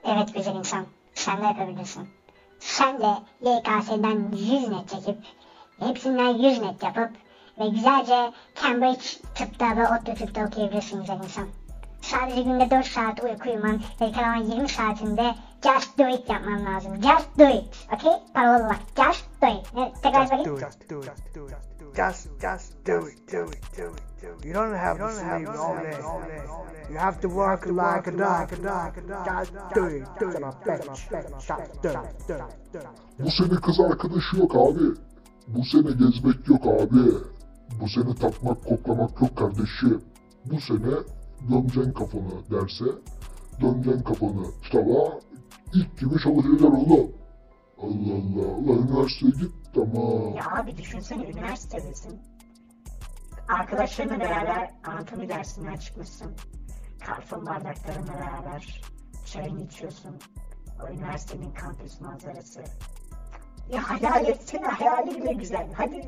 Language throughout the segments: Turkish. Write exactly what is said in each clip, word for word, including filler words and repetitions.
Evet güzel insan, sen de yapabilirsin. Sen de Y K S'den yüz net çekip, hepsinden yüz net yapıp ve güzelce Cambridge tıpta ve ODTÜ tıpta okuyabilirsin güzel insan. Sadece günde dört saat uyku uyuman ve kalan yirmi saatinde just do it yapman lazım. Just do it. Okay? Paralı bak. Just do it. Evet, tekrar söyleyeyim. Just do it. Just do it. Just, just do it. Do it. Do it. You don't have to sleep all day. You have to work like a dog. Just do it. Son of bitch. Just do it. Bu sene kız arkadaşı yok abi. Bu sene gezmek yok abi. Bu sene takmak koklamak yok kardeşim. Bu sene döneceksin kafanı derse, döneceksin kafanı kitaba, ilk gibi çalışacaksın oğlum. Allah Allah, Allah üniversiteye git tamam. Ya abi düşünsene üniversitedesin. Arkadaşlarınla beraber anatomi dersinden çıkmışsın. Karton bardaklarınla beraber çayını içiyorsun. O üniversitenin kampüs manzarası. Ya hayal etsene, hayali bile güzel. Hadi.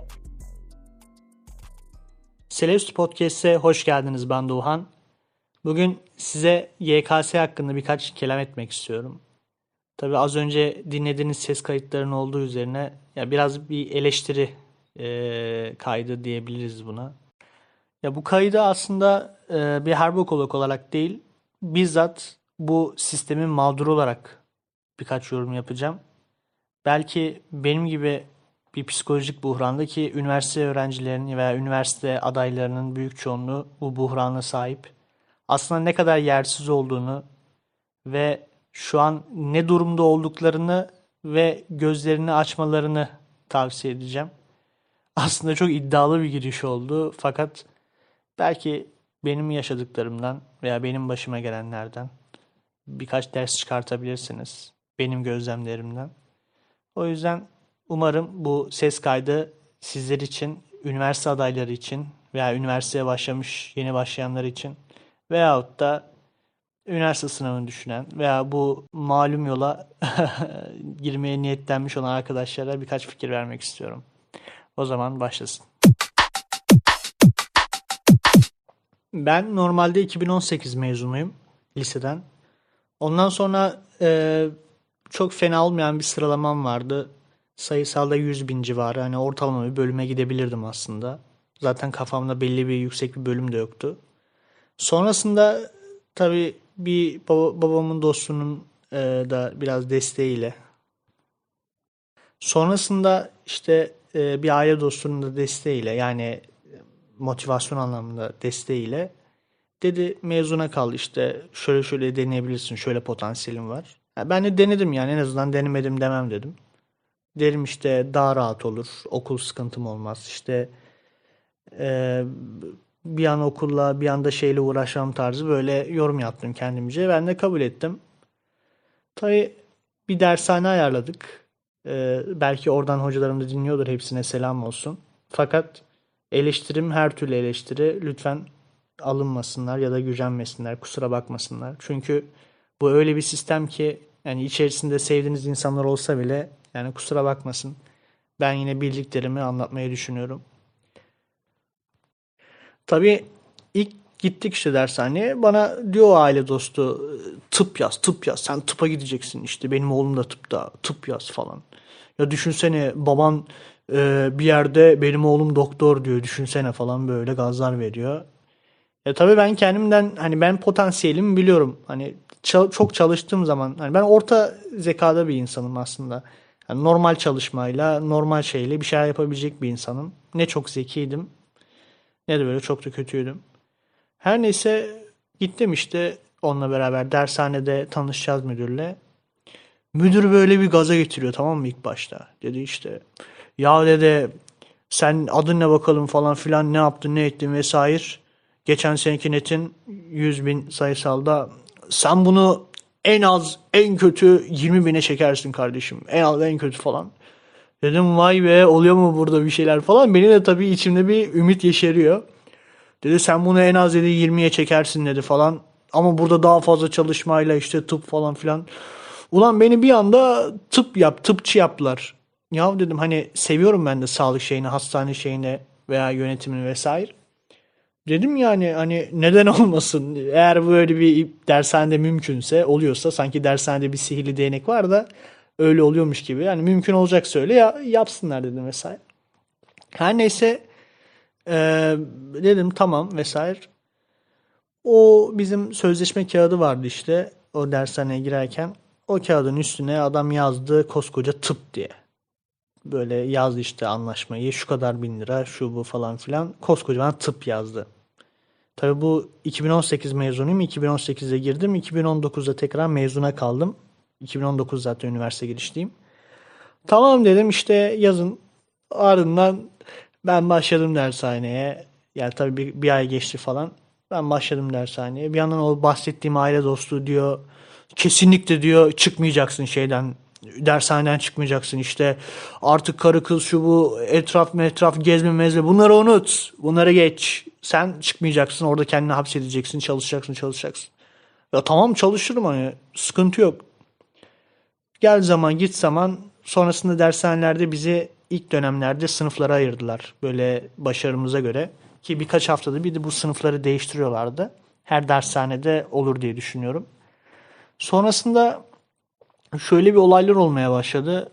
Selevs Podcast'e hoş geldiniz, ben Doğan. Bugün size Y K S hakkında birkaç kelam etmek istiyorum. Tabii az önce dinlediğiniz ses kayıtlarının olduğu üzerine ya biraz bir eleştiri e, kaydı diyebiliriz buna. Ya bu kaydı aslında e, bir herbokolog olarak değil, bizzat bu sistemin mağduru olarak birkaç yorum yapacağım. Belki benim gibi bir psikolojik buhranda, ki üniversite öğrencilerinin veya üniversite adaylarının büyük çoğunluğu bu buhrana sahip, aslında ne kadar yersiz olduğunu ve şu an ne durumda olduklarını ve gözlerini açmalarını tavsiye edeceğim. Aslında çok iddialı bir giriş oldu, fakat belki benim yaşadıklarımdan veya benim başıma gelenlerden birkaç ders çıkartabilirsiniz, benim gözlemlerimden. O yüzden umarım bu ses kaydı sizler için, üniversite adayları için veya üniversiteye başlamış, yeni başlayanlar için veyahut da üniversite sınavını düşünen veya bu malum yola girmeye niyetlenmiş olan arkadaşlara birkaç fikir vermek istiyorum. O zaman başlasın. Ben normalde iki bin on sekiz mezunuyum liseden. Ondan sonra e, çok fena olmayan bir sıralamam vardı. Sayısalda yüz bin civarı. Hani ortalama bir bölüme gidebilirdim aslında. Zaten kafamda belli bir yüksek bir bölüm de yoktu. Sonrasında tabii bir baba, babamın dostunun e, da biraz desteğiyle. Sonrasında işte e, bir aile dostunun da desteğiyle, yani motivasyon anlamında desteğiyle dedi mezuna kal, işte şöyle şöyle deneyebilirsin, şöyle potansiyelin var. Yani ben de denedim, yani en azından denemedim demem dedim. Derim işte daha rahat olur, okul sıkıntım olmaz, işte e, bir an okulla bir anda şeyle uğraşmam tarzı böyle yorum yaptım kendimce. Ben de kabul ettim. Tabii bir dershane ayarladık. E, belki oradan hocalarım da dinliyordur, hepsine selam olsun. Fakat eleştirim her türlü eleştiri, lütfen alınmasınlar ya da gücenmesinler, kusura bakmasınlar. Çünkü bu öyle bir sistem ki yani içerisinde sevdiğiniz insanlar olsa bile yani kusura bakmasın. Ben yine bildiklerimi anlatmayı düşünüyorum. Tabii ilk gittik işte dershaneye. Bana diyor aile dostu, tıp yaz, tıp yaz. Sen tıpa gideceksin işte. Benim oğlum da tıpta, tıp yaz falan. Ya düşünsene baban e, bir yerde benim oğlum doktor diyor. Düşünsene falan, böyle gazlar veriyor. Ya tabii ben kendimden, hani ben potansiyelimi biliyorum. Hani çal- çok çalıştığım zaman, hani ben orta zekada bir insanım aslında. Yani normal çalışmayla, normal şeyle bir şeyler yapabilecek bir insanım. Ne çok zekiydim, ne de böyle çok da kötüydüm. Her neyse gittim işte onunla beraber dershanede tanışacağız müdürle. Müdür böyle bir gaza getiriyor, tamam mı, ilk başta. Dedi işte ya dedi sen adın ne bakalım falan filan, ne yaptın ne ettin vesaire. Geçen seneki netin yüz bin sayısalda sen bunu en az en kötü yirmi bine çekersin kardeşim. En az en kötü falan. Dedim vay be, oluyor mu burada bir şeyler falan. Beni de tabii içimde bir ümit yeşeriyor. Dedi sen bunu en az dedi yirmiye çekersin dedi falan. Ama burada daha fazla çalışmayla işte tıp falan filan. Ulan beni bir anda tıp yap, tıpçı yaptılar. Ya dedim hani seviyorum ben de sağlık şeyini, hastane şeyini veya yönetimini vesaire. Dedim yani hani neden olmasın? Eğer böyle bir dershanede mümkünse oluyorsa sanki dershanede bir sihirli değnek var da öyle oluyormuş gibi. Yani mümkün olacaksa öyle ya, yapsınlar dedim vesaire. Her neyse eee, dedim tamam vesaire. O bizim sözleşme kağıdı vardı işte o dershaneye girerken. O kağıdın üstüne adam yazdı koskoca tıp diye. Böyle yazdı işte anlaşmayı şu kadar bin lira şu bu falan filan koskocaman tıp yazdı. Tabii bu iki bin on sekiz mezunuyum. iki bin on sekizde girdim. iki bin on dokuzda tekrar mezuna kaldım. iki bin on dokuz zaten üniversite girişliyim. Tamam dedim işte yazın. Ardından ben başladım dershaneye. Yani tabii bir, bir ay geçti falan. Ben başladım dershaneye. Bir yandan o bahsettiğim aile dostluğu diyor. Kesinlikle diyor çıkmayacaksın şeyden. Dershaneden çıkmayacaksın işte. Artık karı kız şu bu etraf metraf gezme mezme bunları unut. Bunları geç. Sen çıkmayacaksın. Orada kendini hapsedeceksin. Çalışacaksın çalışacaksın. Ya tamam çalışırım hani. Sıkıntı yok. Gel zaman git zaman sonrasında dershanelerde bizi ilk dönemlerde sınıflara ayırdılar. Böyle başarımıza göre. Ki birkaç haftada bir de bu sınıfları değiştiriyorlardı. Her dershanede olur diye düşünüyorum. Sonrasında şöyle bir olaylar olmaya başladı.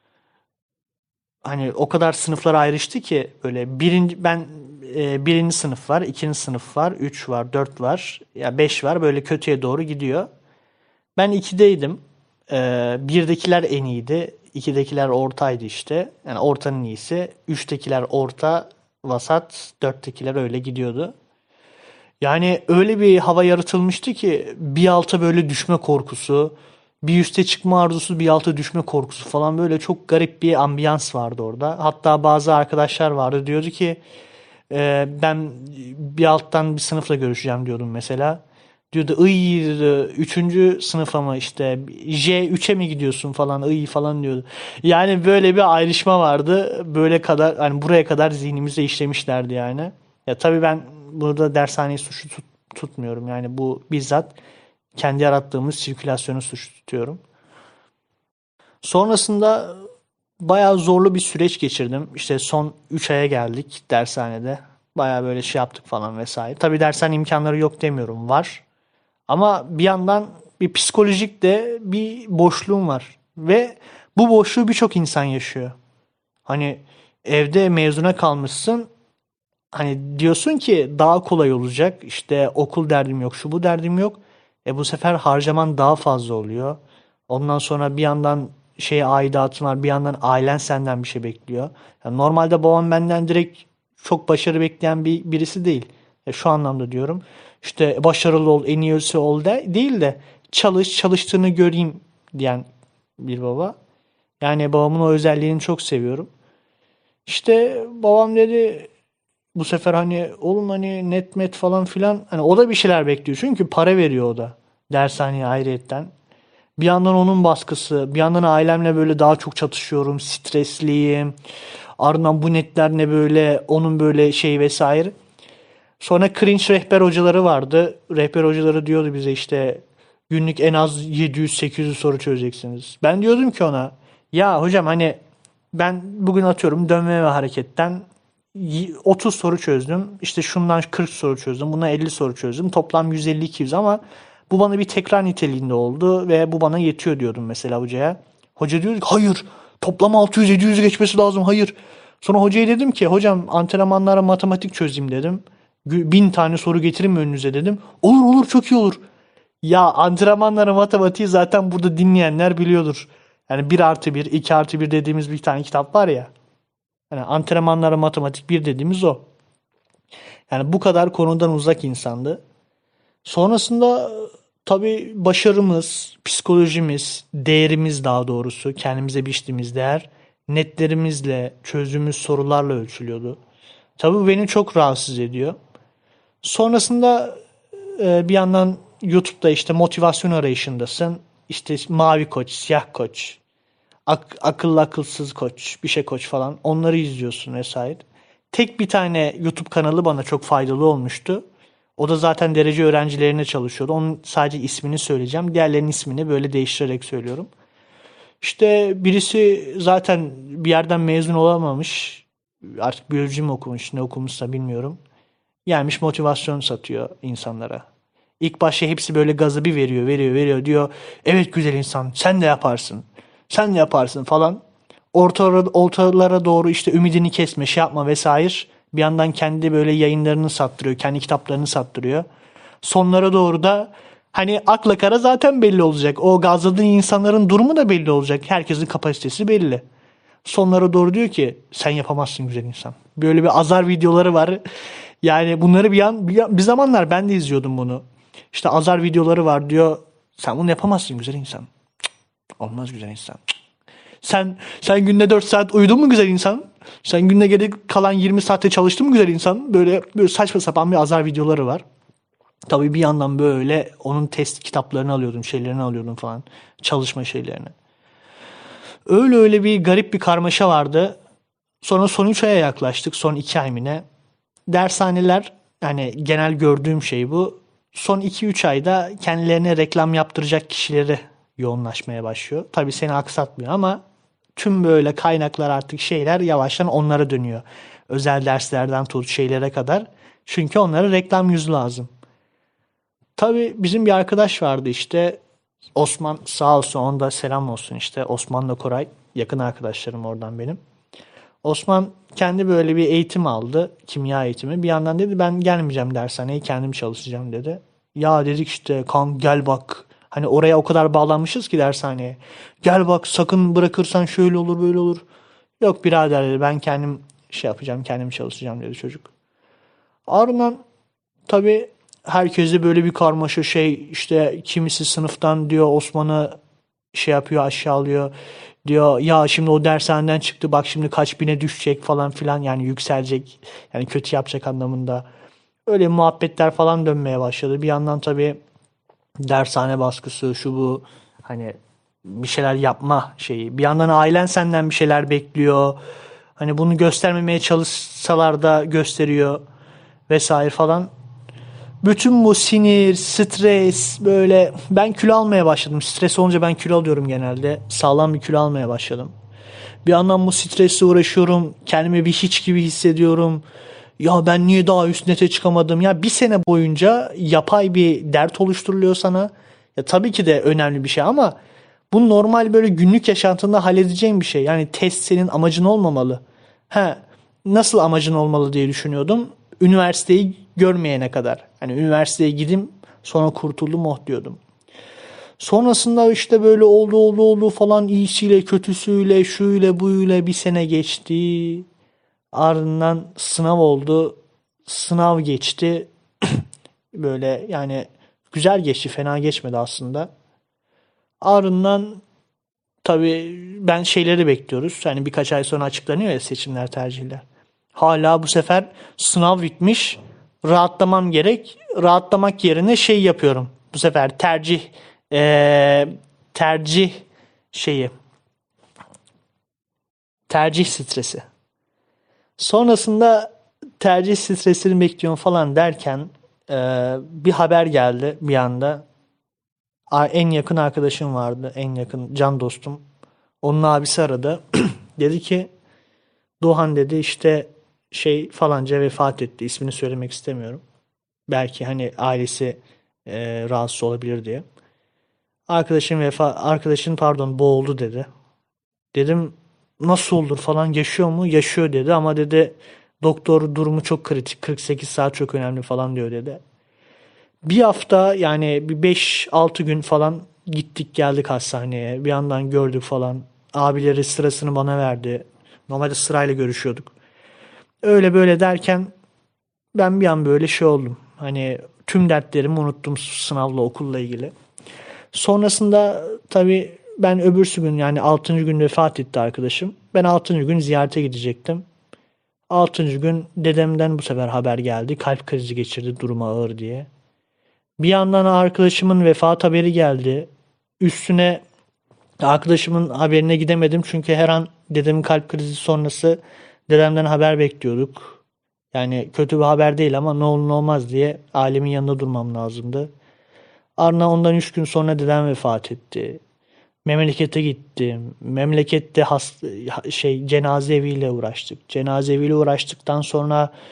Hani o kadar sınıflara ayrıştı ki böyle birinci ben e, birinci sınıf var, ikinci sınıf var, üç var, dört var, ya beş var böyle kötüye doğru gidiyor. Ben ikideydim. Ee, birdekiler en iyiydi. İkidekiler ortaydı işte. Yani ortanın iyisi. Üçtekiler orta, vasat. Dörttekiler öyle gidiyordu. Yani öyle bir hava yaratılmıştı ki bir alta böyle düşme korkusu, bir üste çıkma arzusu, bir alta düşme korkusu falan böyle çok garip bir ambiyans vardı orada. Hatta bazı arkadaşlar vardı diyordu ki e, ben bir alttan bir sınıfla görüşeceğim diyordum mesela. Diyordu ıy diyordu, üçüncü sınıfa mı işte J üçe mi gidiyorsun falan ıy falan diyordu. Yani böyle bir ayrışma vardı. Böyle kadar hani buraya kadar zihnimize işlemişlerdi yani. Ya tabii ben burada dershaneyi suçlu tut- tutmuyorum. Yani bu bizzat kendi yarattığımız sirkülasyonu suçlu tutuyorum. Sonrasında bayağı zorlu bir süreç geçirdim. İşte son üç aya geldik dershanede. Bayağı böyle şey yaptık falan vesaire. Tabii dershane imkanları yok demiyorum. Var. Ama bir yandan bir psikolojik de bir boşluğum var. Ve bu boşluğu birçok insan yaşıyor. Hani evde mezuna kalmışsın. Hani diyorsun ki daha kolay olacak. İşte okul derdim yok, şu bu derdim yok. E bu sefer harcaman daha fazla oluyor. Ondan sonra bir yandan şey aidatın var, bir yandan ailen senden bir şey bekliyor. Yani normalde babam benden direkt çok başarı bekleyen bir birisi değil. E şu anlamda diyorum. İşte başarılı ol, en iyisi ol de, değil de çalış, çalıştığını göreyim diyen bir baba. Yani babamın o özelliğini çok seviyorum. İşte babam dedi bu sefer hani oğlum hani net met falan filan hani o da bir şeyler bekliyor. Çünkü para veriyor o da dershaneye ayrıyetten. Bir yandan onun baskısı, bir yandan ailemle böyle daha çok çatışıyorum, stresliyim. Ardından bu netler ne böyle, onun böyle şey vesaire. Sonra cringe rehber hocaları vardı. Rehber hocaları diyordu bize işte günlük en az yedi yüz sekiz yüz soru çözeceksiniz. Ben diyordum ki ona ya hocam hani ben bugün atıyorum dönme ve hareketten otuz soru çözdüm. İşte şundan kırk soru çözdüm. Buna elli soru çözdüm. Toplam yüz elli iki yüz ama bu bana bir tekrar niteliğinde oldu ve bu bana yetiyor diyordum mesela hocaya. Hoca diyor ki hayır toplam altı yüz yedi yüz geçmesi lazım hayır. Sonra hocaya dedim ki hocam antrenmanlara matematik çözeyim dedim. Bin tane soru getirin mi önünüze dedim. Olur olur çok iyi olur. Ya antrenmanlara matematiği zaten burada dinleyenler biliyordur. Yani bir artı bir, iki artı bir dediğimiz bir tane kitap var ya. Yani antrenmanlara matematik bir dediğimiz o. Yani bu kadar konudan uzak insandı. Sonrasında tabii başarımız, psikolojimiz, değerimiz daha doğrusu kendimize biçtiğimiz değer netlerimizle, çözdüğümüz sorularla ölçülüyordu. Tabii bu beni çok rahatsız ediyor. Sonrasında e, bir yandan YouTube'da işte motivasyon arayışındasın. İşte mavi koç, siyah koç, ak- akıllı akılsız koç, bir şey koç falan onları izliyorsun vesaire. Tek bir tane YouTube kanalı bana çok faydalı olmuştu. O da zaten derece öğrencilerine çalışıyordu. Onun sadece ismini söyleyeceğim. Diğerlerinin ismini böyle değiştirerek söylüyorum. İşte birisi zaten bir yerden mezun olamamış. Artık biyoloji mi okumuş, ne okumuşsa bilmiyorum. Gelmiş motivasyon satıyor insanlara. İlk başta hepsi böyle gazı bir veriyor, veriyor, veriyor diyor. Evet güzel insan, sen de yaparsın. Sen de yaparsın falan. Ortalara, ortalara doğru işte ümidini kesme, şey yapma vesaire. Bir yandan kendi böyle yayınlarını sattırıyor, kendi kitaplarını sattırıyor. Sonlara doğru da hani akla kara zaten belli olacak. O gazladığın insanların durumu da belli olacak. Herkesin kapasitesi belli. Sonlara doğru diyor ki sen yapamazsın güzel insan. Böyle bir azar videoları var. Yani bunları bir an bir, bir zamanlar ben de izliyordum bunu. İşte azar videoları var diyor. Sen bunu yapamazsın güzel insan. Cık, olmaz güzel insan. Cık. Sen sen günde dört saat uyudun mu güzel insan? Sen günde geri kalan yirmi saatte çalıştın mı güzel insan? Böyle, böyle saçma sapan bir azar videoları var. Tabii bir yandan böyle onun test kitaplarını alıyordum, şeylerini alıyordum falan. Çalışma şeylerini. Öyle öyle bir garip bir karmaşa vardı. Sonra son üç aya yaklaştık. Son iki ay mı ne? Dershaneler, yani genel gördüğüm şey bu. Son iki üç ayda kendilerine reklam yaptıracak kişileri yoğunlaşmaya başlıyor. Tabii seni aksatmıyor ama tüm böyle kaynaklar artık şeyler yavaştan onlara dönüyor. Özel derslerden tut şeylere kadar. Çünkü onlara reklam yüzü lazım. Tabii bizim bir arkadaş vardı işte. Osman, sağ olsun, onda selam olsun işte. Osman'la Koray yakın arkadaşlarım oradan benim. Osman kendi böyle bir eğitim aldı. Kimya eğitimi. Bir yandan dedi ben gelmeyeceğim dershaneye, kendim çalışacağım dedi. Ya dedik işte kan gel bak. Hani oraya o kadar bağlanmışız ki dershaneye. Gel bak sakın bırakırsan şöyle olur böyle olur. Yok birader dedi ben kendim şey yapacağım, kendim çalışacağım dedi çocuk. Ardından tabii herkese böyle bir karmaşa şey işte kimisi sınıftan diyor Osman'ı şey yapıyor aşağılıyor. Diyor ya şimdi o dershaneden çıktı bak şimdi kaç bine düşecek falan filan yani yükselecek. Yani kötü yapacak anlamında. Öyle muhabbetler falan dönmeye başladı. Bir yandan tabii dershane baskısı şu bu hani bir şeyler yapma şeyi. Bir yandan ailen senden bir şeyler bekliyor. Hani bunu göstermemeye çalışsalar da gösteriyor vesaire falan. Bütün bu sinir, stres böyle ben kilo almaya başladım. Stres olunca ben kilo alıyorum genelde. Sağlam bir kilo almaya başladım. Bir yandan bu stresle uğraşıyorum. Kendimi bir hiç gibi hissediyorum. Ya ben niye daha üst nete çıkamadım? Ya bir sene boyunca yapay bir dert oluşturuluyor sana. Ya tabii ki de önemli bir şey ama bu normal böyle günlük yaşantında halledeceğin bir şey. Yani test senin amacın olmamalı. He, nasıl amacın olmalı diye düşünüyordum. Üniversiteyi görmeyene kadar. Hani üniversiteye gidim sonra kurtuldum oh diyordum. Sonrasında işte böyle oldu oldu oldu falan iyisiyle kötüsüyle şuyla buyla bir sene geçti. Ardından sınav oldu. Sınav geçti. Böyle yani güzel geçti, fena geçmedi aslında. Ardından tabii ben şeyleri bekliyoruz. Hani birkaç ay sonra açıklanıyor ya seçimler, tercihler. Hala bu sefer sınav bitmiş. Rahatlamam gerek. Rahatlamak yerine şey yapıyorum. Bu sefer tercih ee, tercih şeyi tercih stresi. Sonrasında tercih stresini bekliyorum falan derken ee, bir haber geldi bir anda. En yakın arkadaşım vardı. En yakın can dostum. Onun abisi aradı. Dedi ki Doğan dedi işte şey falanca vefat etti. İsmini söylemek istemiyorum. Belki hani ailesi e, rahatsız olabilir diye. Arkadaşın vefa arkadaşın pardon boğuldu dedi. Dedim nasıl olur falan yaşıyor mu? Yaşıyor dedi ama dedi doktor durumu çok kritik. kırk sekiz saat çok önemli falan diyor dedi. Bir hafta yani bir beş altı gün falan gittik geldik hastaneye. Bir yandan gördük falan. Abileri sırasını bana verdi. Normalde sırayla görüşüyorduk. Öyle böyle derken ben bir an böyle şey oldum. Hani tüm dertlerimi unuttum sınavla okulla ilgili. Sonrasında tabii ben öbürsü gün yani altıncı gün vefat etti arkadaşım. Ben altıncı gün ziyarete gidecektim. altıncı gün dedemden bu sefer haber geldi. Kalp krizi geçirdi durumu ağır diye. Bir yandan arkadaşımın vefat haberi geldi. Üstüne arkadaşımın haberine gidemedim. Çünkü her an dedemin kalp krizi sonrası dedemden haber bekliyorduk. Yani kötü bir haber değil ama ne olur ne olmaz diye ailemin yanında durmam lazımdı. Ardından ondan üç gün sonra dedem vefat etti. Memlekete gittim. Memlekette has, şey cenaze eviyle uğraştık. Cenaze eviyle uğraştıktan sonra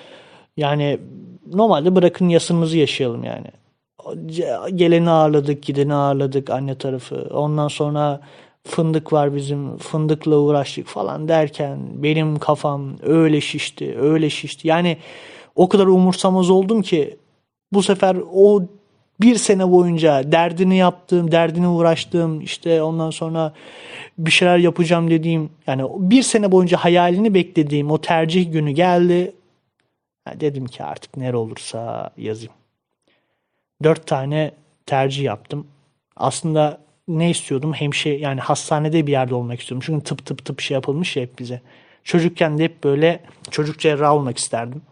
Yani normalde bırakın yasımızı yaşayalım yani. Geleni ağırladık, gideni ağırladık anne tarafı. Ondan sonra fındık var bizim. Fındıkla uğraştık falan derken benim kafam öyle şişti, öyle şişti. Yani o kadar umursamaz oldum ki bu sefer o bir sene boyunca derdini yaptığım, derdine uğraştığım, işte ondan sonra bir şeyler yapacağım dediğim, yani bir sene boyunca hayalini beklediğim o tercih günü geldi. Ya dedim ki artık nere olursa yazayım. Dört tane tercih yaptım. Aslında ne istiyordum? Hemşire, yani hastanede bir yerde olmak istiyordum. Çünkü tıp tıp tıp şey yapılmış ya hep bize. Çocukken de hep böyle çocuk cerrahı olmak isterdim.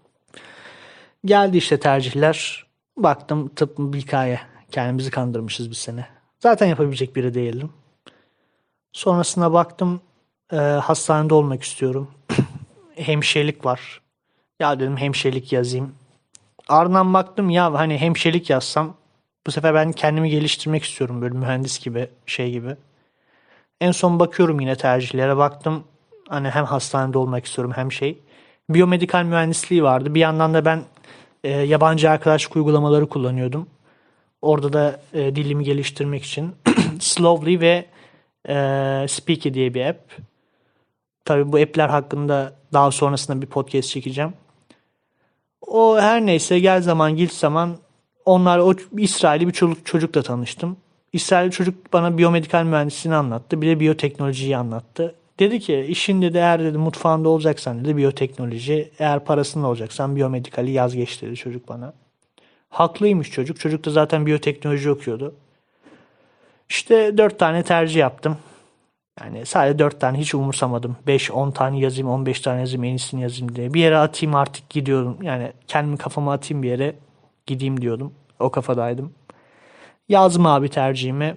Geldi işte tercihler. Baktım tıp bir hikaye. Kendimizi kandırmışız bir sene. Zaten yapabilecek biri değildim. Sonrasına baktım e, hastanede olmak istiyorum. Hemşirelik var. Ya dedim hemşirelik yazayım. Ardından baktım ya hani hemşirelik yazsam bu sefer ben kendimi geliştirmek istiyorum böyle mühendis gibi şey gibi. En son bakıyorum yine tercihlere baktım hani hem hastanede olmak istiyorum hem şey. Biyomedikal mühendisliği vardı. Bir yandan da ben e, yabancı arkadaşlık uygulamaları kullanıyordum. Orada da e, dilimi geliştirmek için Slowly ve e, Speaky diye bir app. Tabii bu app'ler hakkında daha sonrasında bir podcast çekeceğim. O her neyse gel zaman git zaman onlar o İsrailli bir çocuk, çocukla tanıştım. İsrailli çocuk bana biyomedikal mühendisliğini anlattı. Bir de biyoteknolojiyi anlattı. Dedi ki işin dedi eğer dedi mutfağında olacaksan dedi biyoteknoloji, eğer parasında olacaksan biyomedikali yaz geç dedi çocuk bana. Haklıymış çocuk. Çocuk da zaten biyoteknoloji okuyordu. İşte dört tane tercih yaptım. Yani sadece dört tane hiç umursamadım. beş on tane yazayım, on beş tane yazayım, en iyisini yazayım diye. Bir yere atayım artık gidiyorum. Yani kendimi kafama atayım bir yere gideyim diyordum. O kafadaydım. Yazdım abi tercihimi.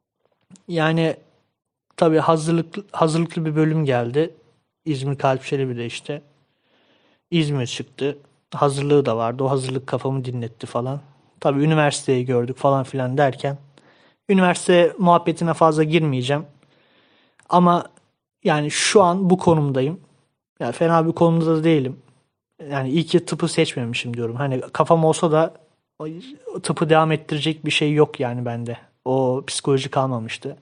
Yani tabii hazırlıklı, hazırlıklı bir bölüm geldi. İzmir Kalp Çelebi'de işte. İzmir çıktı. Hazırlığı da vardı. O hazırlık kafamı dinletti falan. Tabii üniversiteyi gördük falan filan derken. Üniversite muhabbetine fazla girmeyeceğim. Ama yani şu an bu konumdayım. Yani fena bir konumda da değilim. Yani iyi ki tıpı seçmemişim diyorum. Hani kafam olsa da tıpı devam ettirecek bir şey yok yani bende. O psikoloji kalmamıştı.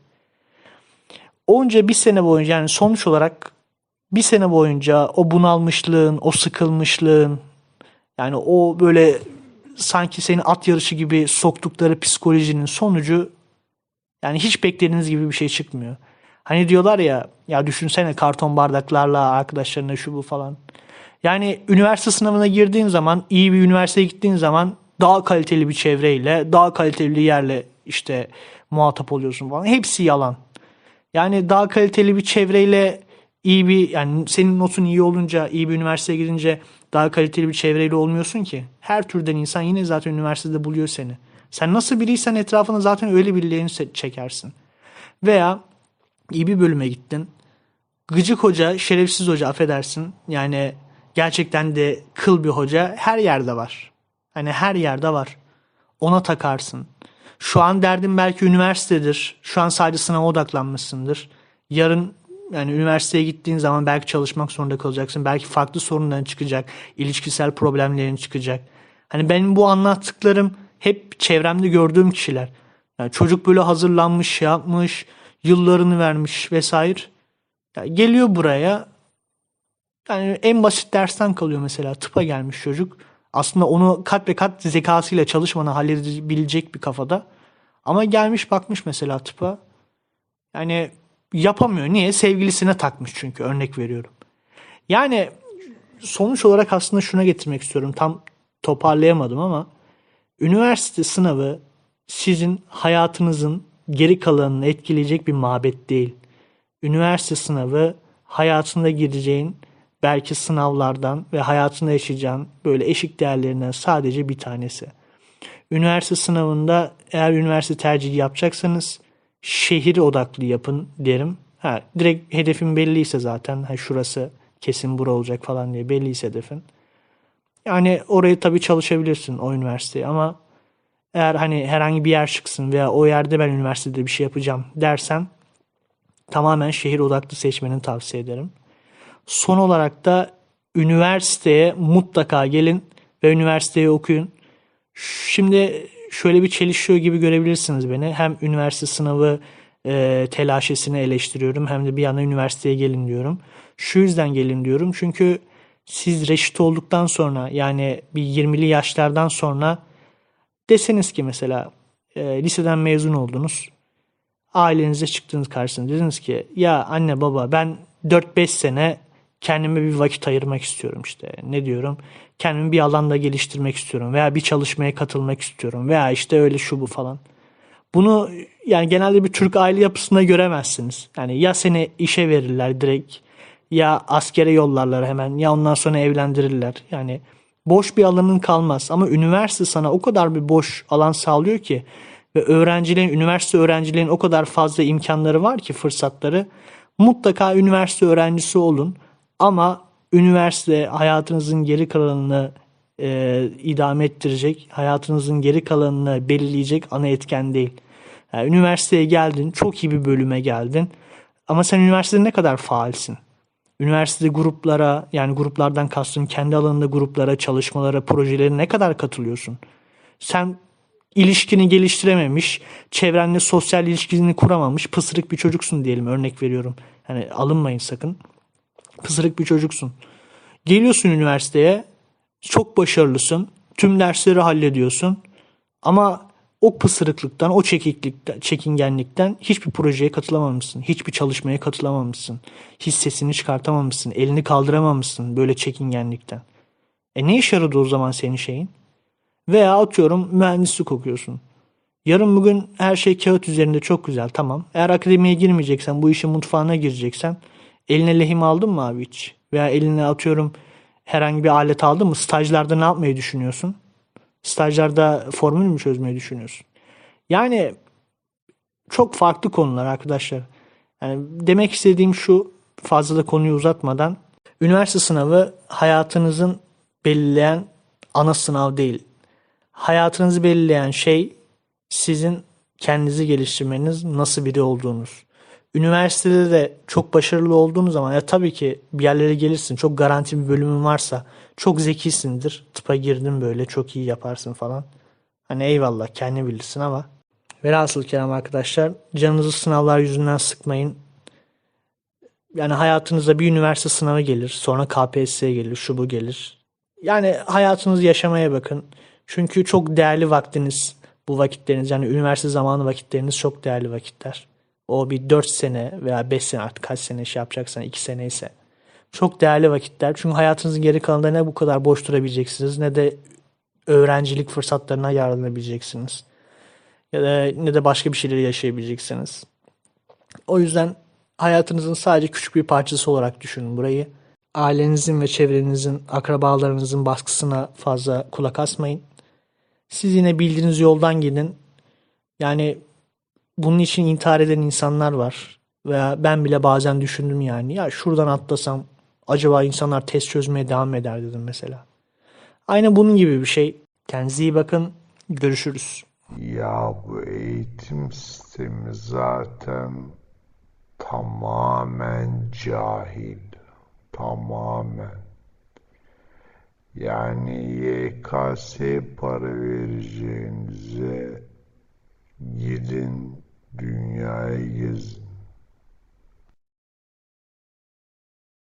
Onca bir sene boyunca yani sonuç olarak bir sene boyunca o bunalmışlığın, o sıkılmışlığın, yani o böyle sanki seni at yarışı gibi soktukları psikolojinin sonucu yani hiç beklediğiniz gibi bir şey çıkmıyor. Hani diyorlar ya ya düşünsene karton bardaklarla arkadaşlarına şu bu falan. Yani üniversite sınavına girdiğin zaman, iyi bir üniversiteye gittiğin zaman daha kaliteli bir çevreyle, daha kaliteli bir yerle işte muhatap oluyorsun falan. Hepsi yalan. Yani daha kaliteli bir çevreyle iyi bir, yani senin notun iyi olunca, iyi bir üniversiteye gidince daha kaliteli bir çevreyle olmuyorsun ki. Her türden insan yine zaten üniversitede buluyor seni. Sen nasıl biriysen etrafına zaten öyle birilerini çekersin. Veya iyi bir bölüme gittin. Gıcık hoca, şerefsiz hoca affedersin. Yani gerçekten de kıl bir hoca her yerde var. Hani her yerde var. Ona takarsın. Şu an derdin belki üniversitedir. Şu an sadece sınava odaklanmışsındır. Yarın yani üniversiteye gittiğin zaman belki çalışmak zorunda kalacaksın. Belki farklı sorunların çıkacak. İlişkisel problemlerin çıkacak. Hani benim bu anlattıklarım hep çevremde gördüğüm kişiler. Yani çocuk böyle hazırlanmış, şey yapmış, yıllarını vermiş vesaire. Yani geliyor buraya. Yani en basit dersten kalıyor mesela. Tıpa gelmiş çocuk. Aslında onu kat ve kat zekasıyla çalışmanı halledebilecek bir kafada. Ama gelmiş bakmış mesela tıpa. Yani yapamıyor. Niye? Sevgilisine takmış çünkü. Örnek veriyorum. Yani sonuç olarak aslında şuna getirmek istiyorum. Tam toparlayamadım ama üniversite sınavı sizin hayatınızın geri kalanını etkileyecek bir mabet değil. Üniversite sınavı hayatında gireceğin belki sınavlardan ve hayatında yaşayacağın böyle eşik değerlerinden sadece bir tanesi. Üniversite sınavında eğer üniversite tercihi yapacaksanız şehir odaklı yapın derim. Ha, direkt hedefin belliyse zaten ha, şurası kesin bura olacak falan diye belliyse hedefin. Yani orayı tabii çalışabilirsin o üniversiteye ama eğer hani herhangi bir yer çıksın veya o yerde ben üniversitede bir şey yapacağım dersen tamamen şehir odaklı seçmeni tavsiye ederim. Son olarak da üniversiteye mutlaka gelin ve üniversiteyi okuyun. Şimdi şöyle bir çelişiyor gibi görebilirsiniz beni. Hem üniversite sınavı e, telaşesini eleştiriyorum hem de bir yana üniversiteye gelin diyorum. Şu yüzden gelin diyorum çünkü siz reşit olduktan sonra yani bir yirmili yaşlardan sonra deseniz ki mesela e, liseden mezun oldunuz. Ailenize çıktınız karşısına. Dediniz ki ya anne baba ben dört beş sene kendime bir vakit ayırmak istiyorum işte. Ne diyorum? Kendimi bir alanda geliştirmek istiyorum veya bir çalışmaya katılmak istiyorum veya işte öyle şu bu falan. Bunu yani genelde bir Türk aile yapısında göremezsiniz. Yani ya seni işe verirler direkt ya askere yollarlar hemen ya ondan sonra evlendirirler. Yani boş bir alanın kalmaz ama üniversite sana o kadar bir boş alan sağlıyor ki ve öğrencilerin, üniversite öğrencilerin o kadar fazla imkanları var ki fırsatları. Mutlaka üniversite öğrencisi olun ama üniversite hayatınızın geri kalanını e, idame ettirecek, hayatınızın geri kalanını belirleyecek ana etken değil. Yani üniversiteye geldin, çok iyi bir bölüme geldin ama sen üniversitede ne kadar faalsin? Üniversitede gruplara yani gruplardan kastım kendi alanında gruplara, çalışmalara, projelere ne kadar katılıyorsun? Sen ilişkini geliştirememiş, çevrenle sosyal ilişkini kuramamış pısırık bir çocuksun diyelim örnek veriyorum. Yani alınmayın sakın. Pısırık bir çocuksun. Geliyorsun üniversiteye, çok başarılısın, tüm dersleri hallediyorsun ama o pısırıklıktan, o çekiklikten, çekingenlikten hiçbir projeye katılamamışsın. Hiçbir çalışmaya katılamamışsın. Hiç sesini çıkartamamışsın. Elini kaldıramamışsın böyle çekingenlikten. E ne işe yaradı o zaman senin şeyin? Veya atıyorum mühendislik okuyorsun. Yarın bugün her şey kağıt üzerinde çok güzel tamam. Eğer akademiye girmeyeceksen, bu işin mutfağına gireceksen eline lehim aldın mı abi hiç? Veya eline atıyorum herhangi bir alet aldın mı? Stajlarda ne yapmayı düşünüyorsun? Stajlarda formül mü çözmeyi düşünüyorsun? Yani çok farklı konular arkadaşlar. Yani demek istediğim şu, fazla da konuyu uzatmadan. Üniversite sınavı hayatınızın belirleyen ana sınav değil. Hayatınızı belirleyen şey sizin kendinizi geliştirmeniz, nasıl biri olduğunuz. Üniversitede de çok başarılı olduğunuz zaman ya tabii ki bir yerlere gelirsin. Çok garanti bir bölümün varsa çok zekisindir. Tıpa girdin böyle çok iyi yaparsın falan. Hani eyvallah kendi bilirsin ama. Velhasıl kelam arkadaşlar canınızı sınavlar yüzünden sıkmayın. Yani hayatınızda bir üniversite sınavı gelir. Sonra K P S S gelir. Şu bu gelir. Yani hayatınızı yaşamaya bakın. Çünkü çok değerli vaktiniz. Bu vakitleriniz yani üniversite zamanı vakitleriniz çok değerli vakitler. O bir dört sene veya beş sene artık kaç sene şey yapacaksan iki sene ise. Çok değerli vakitler. Çünkü hayatınızın geri kalanında ne bu kadar boş durabileceksiniz ne de öğrencilik fırsatlarına yararlanabileceksiniz. Ya da ne de başka bir şeyleri yaşayabileceksiniz. O yüzden hayatınızın sadece küçük bir parçası olarak düşünün burayı. Ailenizin ve çevrenizin, akrabalarınızın baskısına fazla kulak asmayın. Siz yine bildiğiniz yoldan gidin. Yani bunun için intihar eden insanlar var. Veya ben bile bazen düşündüm yani. Ya şuradan atlasam acaba insanlar test çözmeye devam eder dedim mesela. Aynı bunun gibi bir şey. Kendinize iyi bakın. Görüşürüz. Ya bu eğitim sistemi zaten tamamen cahil. Tamamen. Yani Y K S para vereceğinize gidin dünyayı gezin.